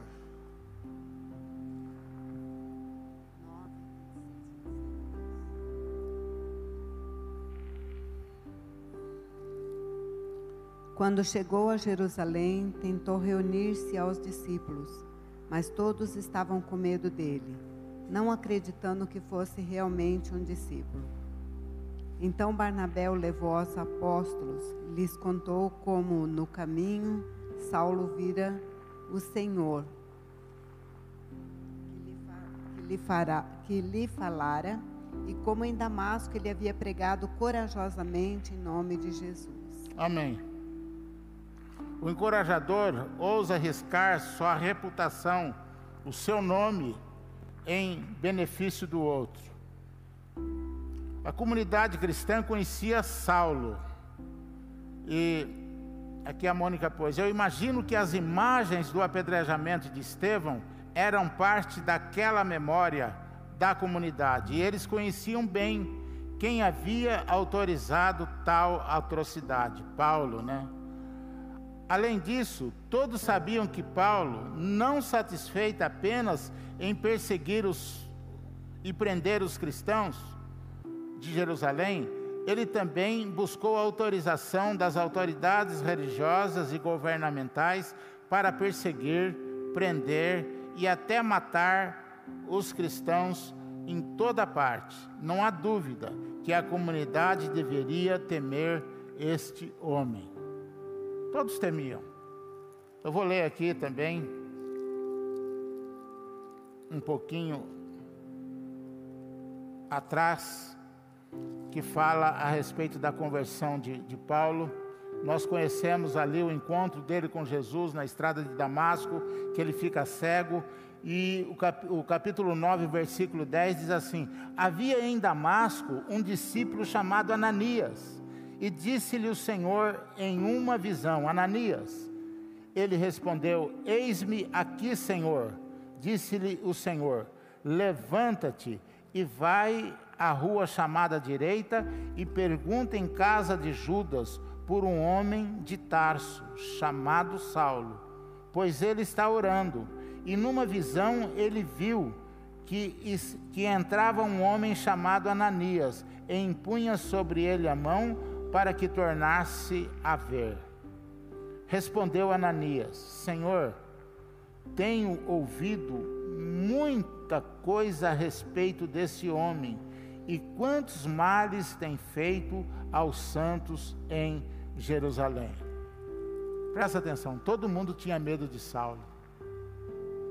Quando chegou a Jerusalém, tentou reunir-se aos discípulos, mas todos estavam com medo dele, não acreditando que fosse realmente um discípulo. Então Barnabé o levou aos apóstolos, lhes contou como no caminho Saulo vira o Senhor, que lhe falara, e como em Damasco ele havia pregado corajosamente em nome de Jesus. Amém. O encorajador ousa arriscar sua reputação, o seu nome, em benefício do outro. A comunidade cristã conhecia Saulo. E aqui a Mônica pôs: eu imagino que as imagens do apedrejamento de Estevão eram parte daquela memória da comunidade. E eles conheciam bem quem havia autorizado tal atrocidade. Paulo, né? Além disso, todos sabiam que Paulo, não satisfeito apenas em perseguir e prender os cristãos de Jerusalém, ele também buscou a autorização das autoridades religiosas e governamentais para perseguir, prender e até matar os cristãos em toda parte. Não há dúvida que a comunidade deveria temer este homem. Todos temiam. Eu vou ler aqui também um pouquinho atrás, que fala a respeito da conversão de Paulo. Nós conhecemos ali o encontro dele com Jesus na estrada de Damasco, que ele fica cego, e o capítulo 9, versículo 10 diz assim: havia em Damasco um discípulo chamado Ananias, e disse-lhe o Senhor em uma visão: Ananias. Ele respondeu: eis-me aqui, Senhor. Disse-lhe o Senhor: levanta-te e vai à rua chamada direita e pergunta em casa de Judas por um homem de Tarso, chamado Saulo, pois ele está orando. E numa visão ele viu que entrava um homem chamado Ananias e impunha sobre ele a mão para que tornasse a ver. Respondeu Ananias: Senhor, tenho ouvido muita coisa a respeito desse homem, e quantos males tem feito aos santos em Jerusalém. Presta atenção, todo mundo tinha medo de Saulo.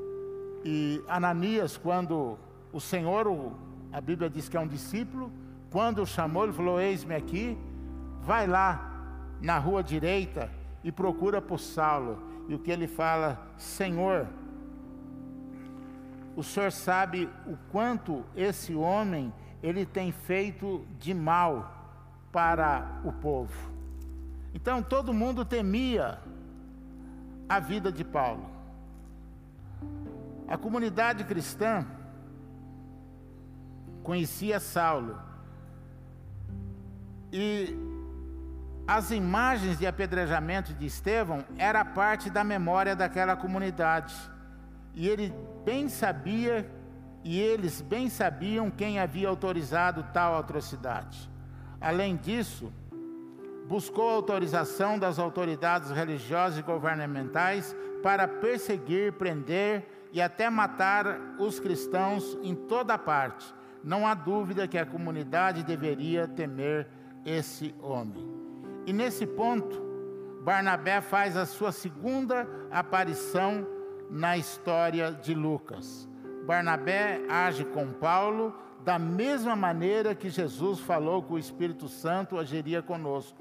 E Ananias, quando o Senhor, a Bíblia diz que é um discípulo, quando o chamou, ele falou: eis-me aqui, vai lá na rua direita e procura por Saulo. E o que ele fala: Senhor, o Senhor sabe o quanto esse homem, ele tem feito de mal para o povo. Então todo mundo temia a vida de Paulo. A comunidade cristã conhecia Saulo, e as imagens de apedrejamento de Estevão era parte da memória daquela comunidade, e eles bem sabiam quem havia autorizado tal atrocidade. Além disso, buscou a autorização das autoridades religiosas e governamentais para perseguir, prender e até matar os cristãos em toda parte. Não há dúvida que a comunidade deveria temer esse homem. E nesse ponto, Barnabé faz a sua segunda aparição na história de Lucas. Barnabé age com Paulo da mesma maneira que Jesus falou que o Espírito Santo agiria conosco.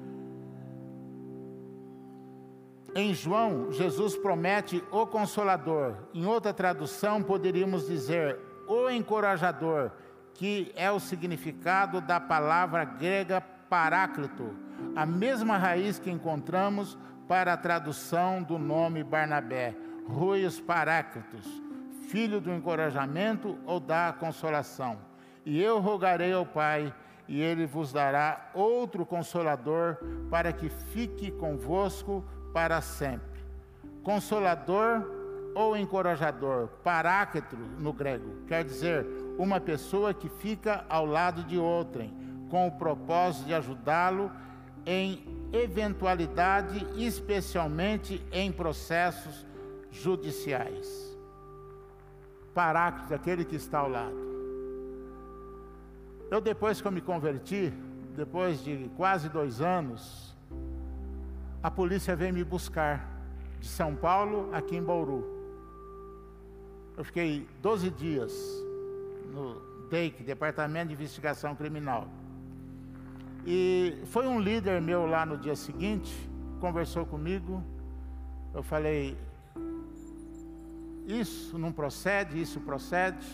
Em João, Jesus promete o Consolador. Em outra tradução, poderíamos dizer o Encorajador, que é o significado da palavra grega Paráclito, a mesma raiz que encontramos para a tradução do nome Barnabé, Ruios Paráclitos, filho do encorajamento ou da consolação. E eu rogarei ao Pai, e Ele vos dará outro Consolador, para que fique convosco para sempre. Consolador ou encorajador, Paráclito no grego, quer dizer uma pessoa que fica ao lado de outrem, com o propósito de ajudá-lo em eventualidade, especialmente em processos judiciais. Paráclito, aquele que está ao lado. Eu, depois que eu me converti, depois de quase 2 anos, a polícia veio me buscar, de São Paulo, aqui em Bauru. Eu fiquei 12 dias no DEIC, Departamento de Investigação Criminal. E foi um líder meu lá no dia seguinte, conversou comigo. Eu falei: isso não procede, isso procede.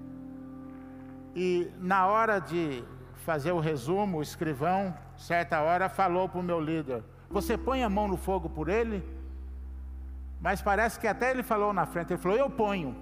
E na hora de fazer o resumo, o escrivão, certa hora, falou para o meu líder: você põe a mão no fogo por ele? Mas parece que até ele falou na frente, ele falou: eu ponho.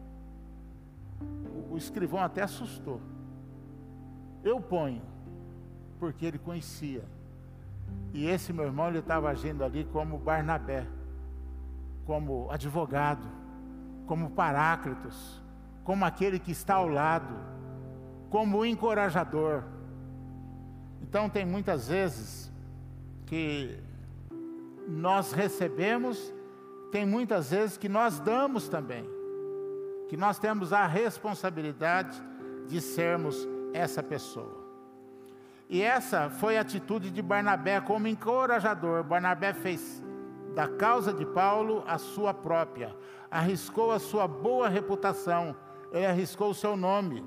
O escrivão até assustou. Eu ponho, porque ele conhecia. E esse meu irmão, ele estava agindo ali como Barnabé, como advogado, como Paráclitos, como aquele que está ao lado, como encorajador. Então tem muitas vezes que nós recebemos, tem muitas vezes que nós damos também, que nós temos a responsabilidade de sermos essa pessoa. E essa foi a atitude de Barnabé como encorajador. Barnabé fez da causa de Paulo a sua própria, arriscou a sua boa reputação, ele arriscou o seu nome,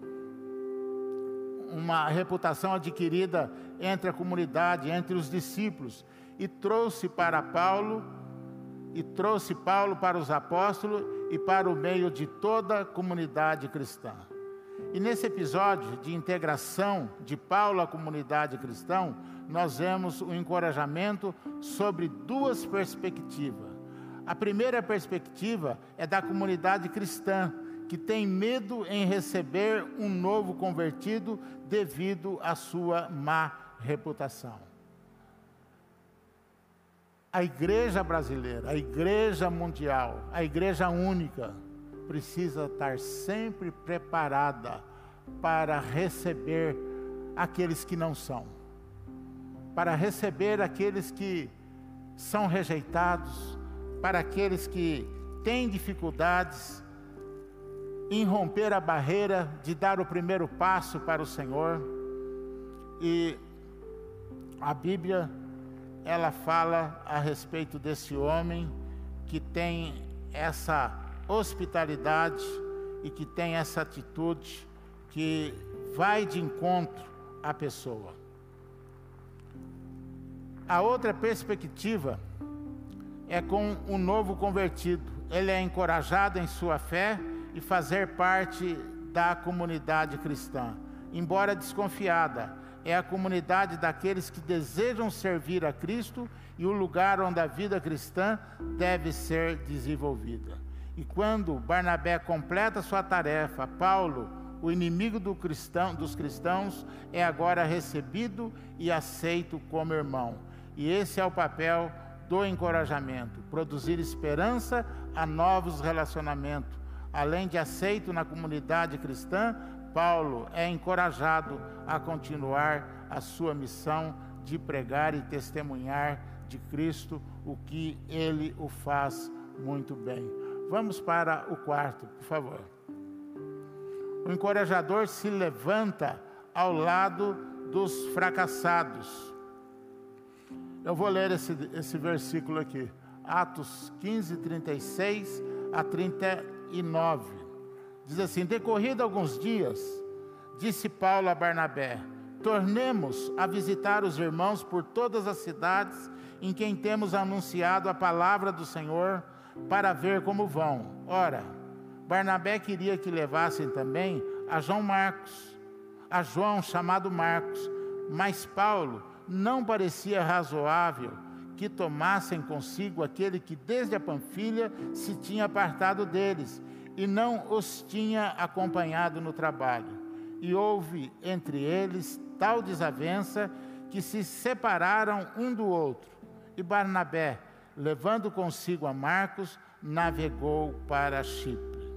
uma reputação adquirida entre a comunidade, entre os discípulos, e trouxe para Paulo, e trouxe Paulo para os apóstolos e para o meio de toda a comunidade cristã. E nesse episódio de integração de Paulo à comunidade cristã, nós vemos o encorajamento sobre 2 perspectivas. A primeira perspectiva é da comunidade cristã, que tem medo em receber um novo convertido devido à sua má reputação. A igreja brasileira, a igreja mundial, a igreja única, precisa estar sempre preparada para receber aqueles que não são, para receber aqueles que são rejeitados, para aqueles que têm dificuldades em romper a barreira de dar o primeiro passo para o Senhor. E a Bíblia, ela fala a respeito desse homem que tem essa hospitalidade e que tem essa atitude, que vai de encontro à pessoa. A outra perspectiva é com o novo convertido. Ele é encorajado em sua fé e fazer parte da comunidade cristã. Embora desconfiada, é a comunidade daqueles que desejam servir a Cristo e o lugar onde a vida cristã deve ser desenvolvida. E quando Barnabé completa sua tarefa, Paulo, o inimigo dos cristãos, é agora recebido e aceito como irmão. E esse é o papel do encorajamento: produzir esperança a novos relacionamentos. Além de aceito na comunidade cristã, Paulo é encorajado a continuar a sua missão de pregar e testemunhar de Cristo, o que ele o faz muito bem. Vamos para o quarto, por favor. O encorajador se levanta ao lado dos fracassados. Eu vou ler esse versículo aqui, Atos 15, 36 a 39. Diz assim: decorrido alguns dias, disse Paulo a Barnabé: tornemos a visitar os irmãos por todas as cidades em quem temos anunciado a palavra do Senhor, para ver como vão. Ora, Barnabé queria que levassem também a João chamado Marcos, mas Paulo não parecia razoável que tomassem consigo aquele que desde a Panfilha se tinha apartado deles e não os tinha acompanhado no trabalho. E houve entre eles tal desavença que se separaram um do outro. E Barnabé, levando consigo a Marcos, navegou para Chipre.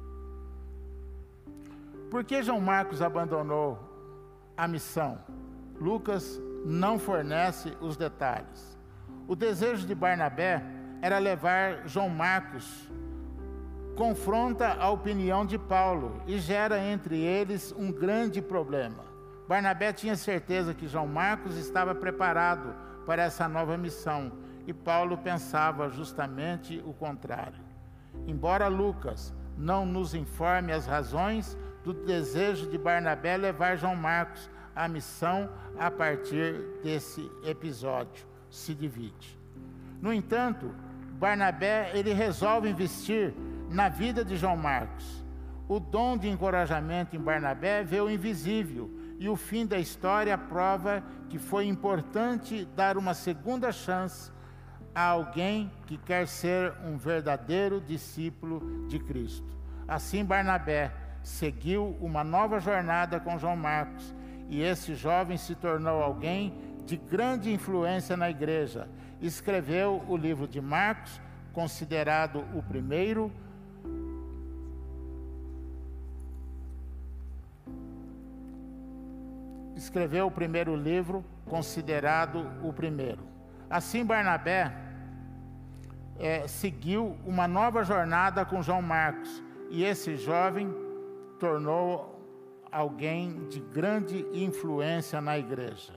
Por que João Marcos abandonou a missão? Lucas não fornece os detalhes. O desejo de Barnabé era levar João Marcos. Confronta a opinião de Paulo e gera entre eles um grande problema. Barnabé tinha certeza que João Marcos estava preparado para essa nova missão, e Paulo pensava justamente o contrário. Embora Lucas não nos informe as razões do desejo de Barnabé levar João Marcos à missão, a partir desse episódio se divide. No entanto, Barnabé ele resolve investir na vida de João Marcos. O dom de encorajamento em Barnabé vê o invisível, e o fim da história prova que foi importante dar uma segunda chance a alguém que quer ser um verdadeiro discípulo de Cristo. Assim, Barnabé seguiu uma nova jornada com João Marcos, e esse jovem se tornou alguém de grande influência na igreja. Escreveu o livro de Marcos, considerado o primeiro. Escreveu o primeiro livro, considerado o primeiro. Assim, Barnabé seguiu uma nova jornada com João Marcos, e esse jovem tornou alguém de grande influência na igreja.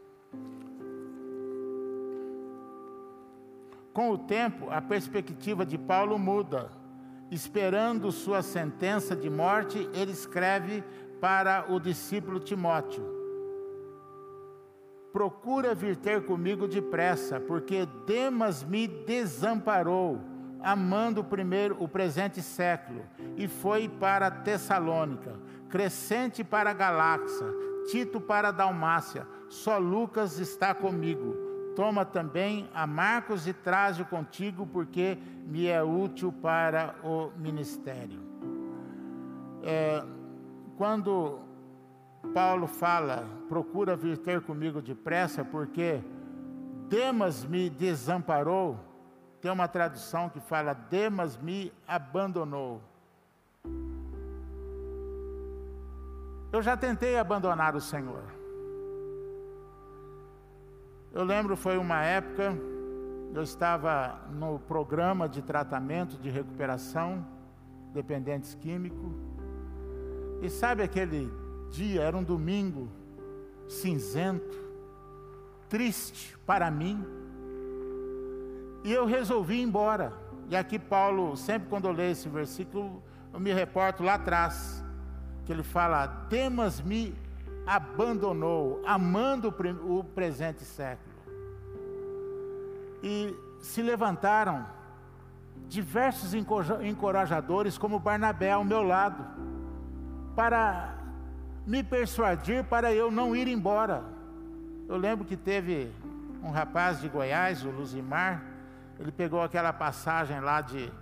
Com o tempo, a perspectiva de Paulo muda. Esperando sua sentença de morte, ele escreve para o discípulo Timóteo: procura vir ter comigo depressa, porque Demas me desamparou, amando o presente século, e foi para Tessalônica, Crescente para Galácia, Tito para Dalmácia, só Lucas está comigo. Toma também a Marcos e traze-o contigo, porque me é útil para o ministério. Quando Paulo fala, procura vir ter comigo depressa, porque Demas me desamparou, tem uma tradução que fala, Demas me abandonou. Eu já tentei abandonar o Senhor. Eu lembro, foi uma época, eu estava no programa de tratamento de recuperação, dependentes químicos, e sabe aquele dia, era um domingo, cinzento, triste para mim, e eu resolvi ir embora. E aqui Paulo, sempre quando eu leio esse versículo, eu me reporto lá atrás, que ele fala: Demas me abandonou, amando o presente século. E se levantaram diversos encorajadores, como Barnabé ao meu lado, para me persuadir para eu não ir embora. Eu lembro que teve um rapaz de Goiás, o Luzimar, ele pegou aquela passagem lá de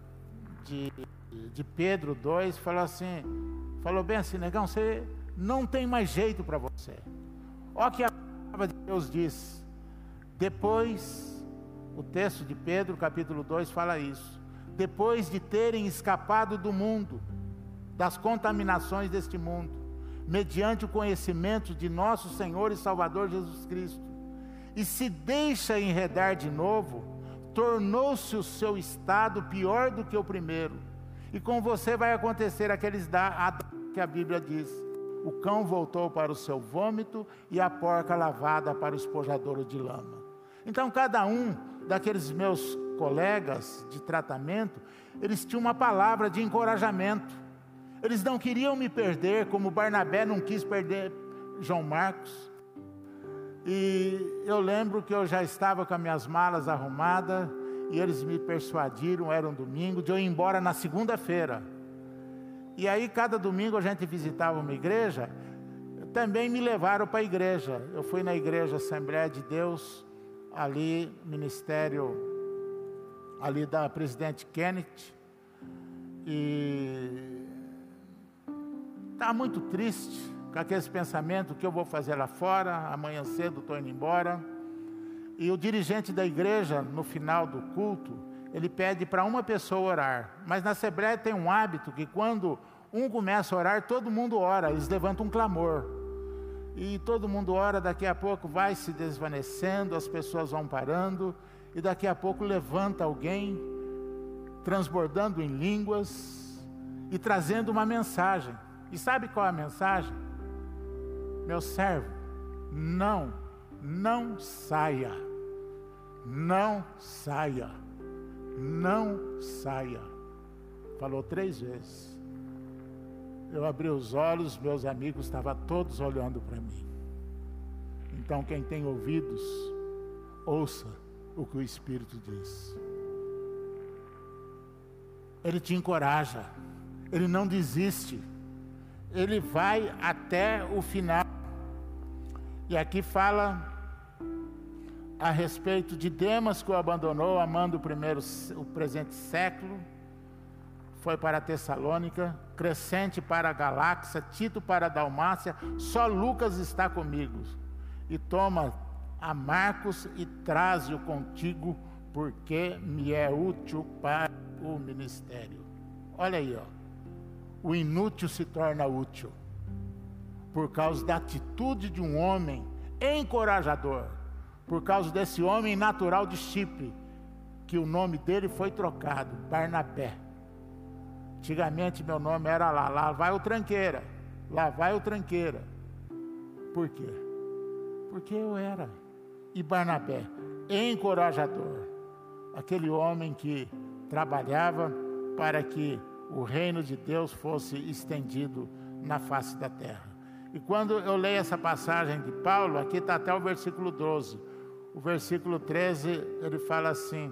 Pedro 2, falou bem assim: negão, você não tem mais jeito para você. Olha que a palavra de Deus diz. Depois, o texto de Pedro, capítulo 2, fala isso. Depois de terem escapado do mundo, das contaminações deste mundo, mediante o conhecimento de nosso Senhor e Salvador Jesus Cristo, e se deixa enredar de novo, tornou-se o seu estado pior do que o primeiro. E com você vai acontecer aqueles que a Bíblia diz: o cão voltou para o seu vômito e a porca lavada para o espojadouro de lama. Então cada um daqueles meus colegas de tratamento, eles tinham uma palavra de encorajamento. Eles não queriam me perder, como Barnabé não quis perder João Marcos. E eu lembro que eu já estava com as minhas malas arrumadas, e eles me persuadiram, era um domingo, de eu ir embora na segunda-feira. E aí cada domingo a gente visitava uma igreja, também me levaram para a igreja. Eu fui na igreja Assembleia de Deus, ali, ministério, ali da Presidente Kennedy, e estava muito triste com aqueles pensamentos: o que eu vou fazer lá fora, amanhã cedo estou indo embora. E o dirigente da igreja, no final do culto, ele pede para uma pessoa orar. Mas na Assembleia tem um hábito que quando um começa a orar, todo mundo ora, eles levantam um clamor. E todo mundo ora, daqui a pouco vai se desvanecendo, as pessoas vão parando, e daqui a pouco levanta alguém, transbordando em línguas, e trazendo uma mensagem. E sabe qual é a mensagem? Meu servo, não saia, não saia, não saia. Falou 3 vezes. Eu abri os olhos, meus amigos estavam todos olhando para mim. Então quem tem ouvidos, ouça o que o Espírito diz. Ele te encoraja, ele não desiste, ele vai até o final. E aqui fala a respeito de Demas, que o abandonou, amando o presente século, foi para a Tessalônica, Crescente para a Galáxia, Tito para a Dalmácia, só Lucas está comigo. E toma a Marcos e traze-o contigo, porque me é útil para o ministério. Olha aí, ó. O inútil se torna útil, por causa da atitude de um homem encorajador, por causa desse homem natural de Chipre, que o nome dele foi trocado, Barnabé. Antigamente meu nome era lá vai o tranqueira, lá vai o tranqueira. Por quê? Porque eu era. E Barnabé, encorajador, aquele homem que trabalhava para que o reino de Deus fosse estendido na face da terra. E quando eu leio essa passagem de Paulo, aqui está até o versículo 12, o versículo 13, ele fala assim,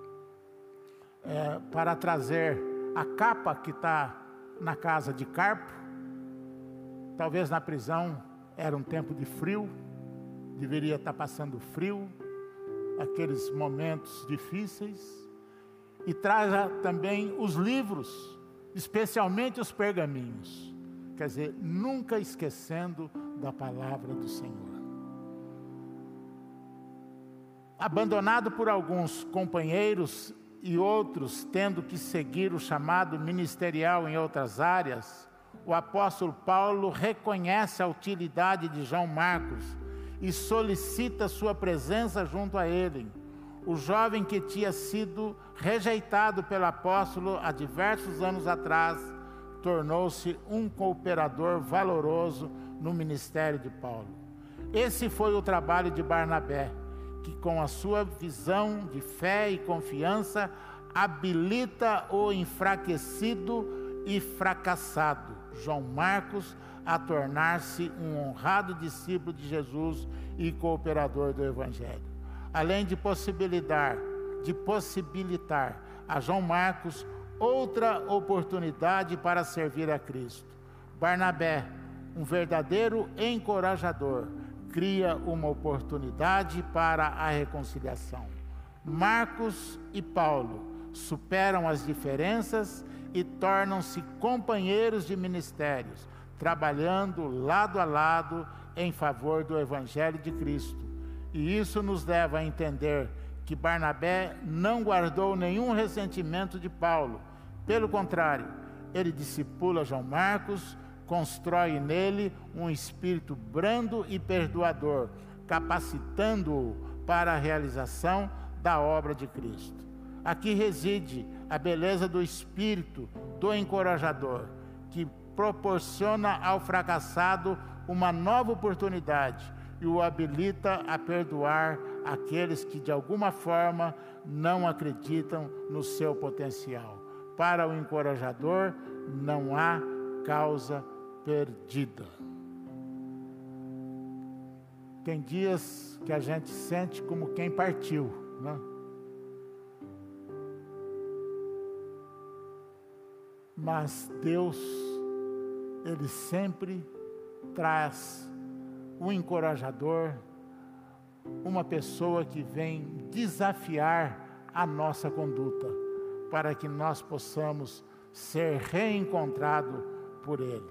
para trazer a capa que está na casa de Carpo. Talvez na prisão era um tempo de frio, deveria estar passando frio, aqueles momentos difíceis, e traz também os livros, especialmente os pergaminhos, quer dizer, nunca esquecendo da palavra do Senhor. Abandonado por alguns companheiros e outros tendo que seguir o chamado ministerial em outras áreas, o apóstolo Paulo reconhece a utilidade de João Marcos e solicita sua presença junto a ele. O jovem que tinha sido rejeitado pelo apóstolo há diversos anos atrás, tornou-se um cooperador valoroso no ministério de Paulo. Esse foi o trabalho de Barnabé, que com a sua visão de fé e confiança, habilita o enfraquecido e fracassado, João Marcos a tornar-se um honrado discípulo de Jesus e cooperador do Evangelho. Além de possibilitar a João Marcos outra oportunidade para servir a Cristo, Barnabé, um verdadeiro encorajador, cria uma oportunidade para a reconciliação. Marcos e Paulo superam as diferenças e tornam-se companheiros de ministérios, trabalhando lado a lado em favor do Evangelho de Cristo. E isso nos leva a entender que Barnabé não guardou nenhum ressentimento de Paulo. Pelo contrário, ele discipula João Marcos, constrói nele um espírito brando e perdoador, capacitando-o para a realização da obra de Cristo. Aqui reside a beleza do espírito do encorajador, que proporciona ao fracassado uma nova oportunidade e o habilita a perdoar aqueles que de alguma forma não acreditam no seu potencial. Para o encorajador não há causa perdida. Tem dias que a gente sente como quem partiu, né? Mas Deus, Ele sempre traz um encorajador, uma pessoa que vem desafiar a nossa conduta, para que nós possamos ser reencontrados por Ele.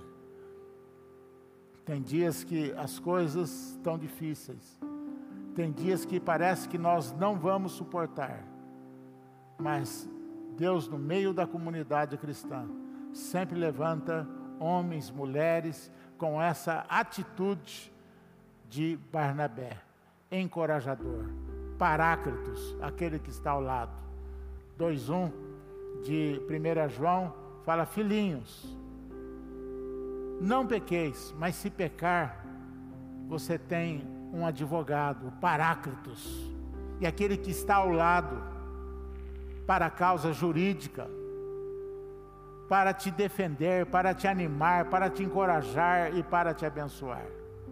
Tem dias que as coisas estão difíceis, tem dias que parece que nós não vamos suportar, mas Deus, no meio da comunidade cristã, sempre levanta homens, mulheres, com essa atitude de Barnabé, encorajador, Paráclitos, aquele que está ao lado. 2:1 de 1 João fala: filhinhos, não pequeis, mas se pecar, você tem um advogado, o Paráclitos, e aquele que está ao lado, para a causa jurídica, para te defender, para te animar, para te encorajar e para te abençoar.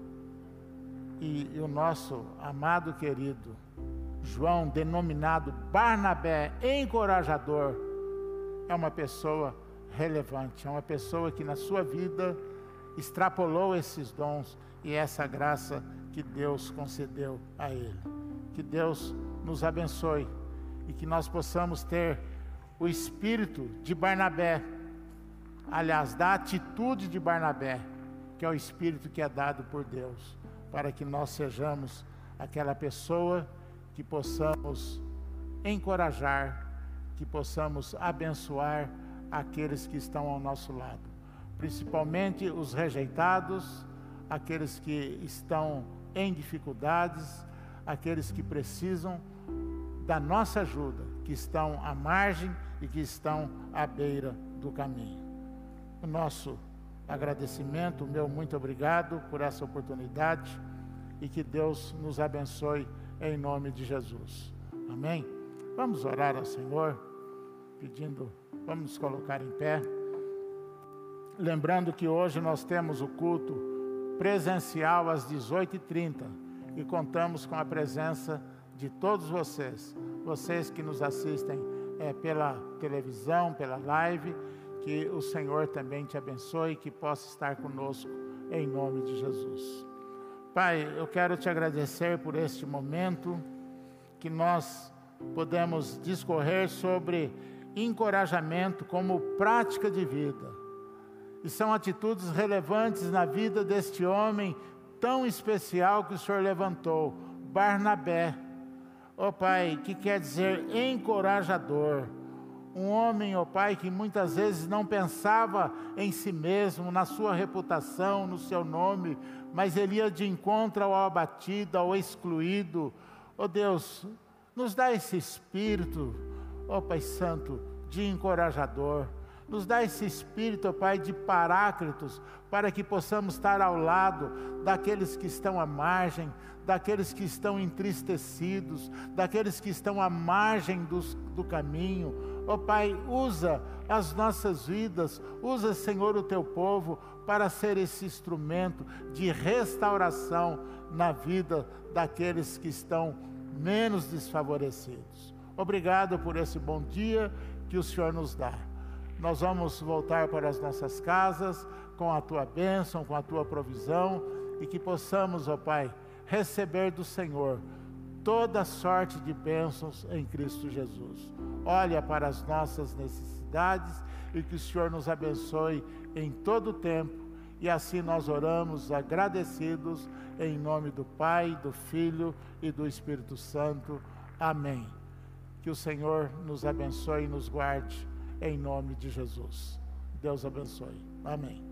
E o nosso amado querido João, denominado Barnabé, encorajador, é uma pessoa relevante, é uma pessoa que na sua vida extrapolou esses dons e essa graça que Deus concedeu a ele. Que Deus nos abençoe e que nós possamos ter o espírito de Barnabé, aliás, da atitude de Barnabé, que é o espírito que é dado por Deus, para que nós sejamos aquela pessoa que possamos encorajar, que possamos abençoar aqueles que estão ao nosso lado, principalmente os rejeitados, aqueles que estão em dificuldades, aqueles que precisam da nossa ajuda, que estão à margem e que estão à beira do caminho. O nosso agradecimento, o meu muito obrigado por essa oportunidade e que Deus nos abençoe em nome de Jesus. Amém? Vamos orar ao Senhor, pedindo, vamos nos colocar em pé. Lembrando que hoje nós temos o culto presencial às 18h30 e contamos com a presença de todos vocês que nos assistem pela televisão, pela live, que o Senhor também te abençoe e que possa estar conosco em nome de Jesus. Pai, eu quero te agradecer por este momento que nós podemos discorrer sobre encorajamento como prática de vida. E são atitudes relevantes na vida deste homem tão especial que o Senhor levantou, Barnabé. Ó Pai, que quer dizer encorajador. Um homem, ó Pai, que muitas vezes não pensava em si mesmo, na sua reputação, no seu nome, mas ele ia de encontro ao abatido, ao excluído. Ó Deus, nos dá esse espírito, ó Pai Santo, de encorajador. Nos dá esse espírito, ó Pai, de paráclitos, para que possamos estar ao lado daqueles que estão à margem, daqueles que estão entristecidos, daqueles que estão à margem do caminho. Ó Pai, usa as nossas vidas, usa, Senhor, o Teu povo, para ser esse instrumento de restauração na vida daqueles que estão menos desfavorecidos. Obrigado por esse bom dia que o Senhor nos dá. Nós vamos voltar para as nossas casas com a Tua bênção, com a Tua provisão, e que possamos, ó Pai, receber do Senhor toda sorte de bênçãos em Cristo Jesus. Olha para as nossas necessidades e que o Senhor nos abençoe em todo o tempo. E assim nós oramos agradecidos em nome do Pai, do Filho e do Espírito Santo. Amém. Que o Senhor nos abençoe e nos guarde em nome de Jesus. Deus abençoe. Amém.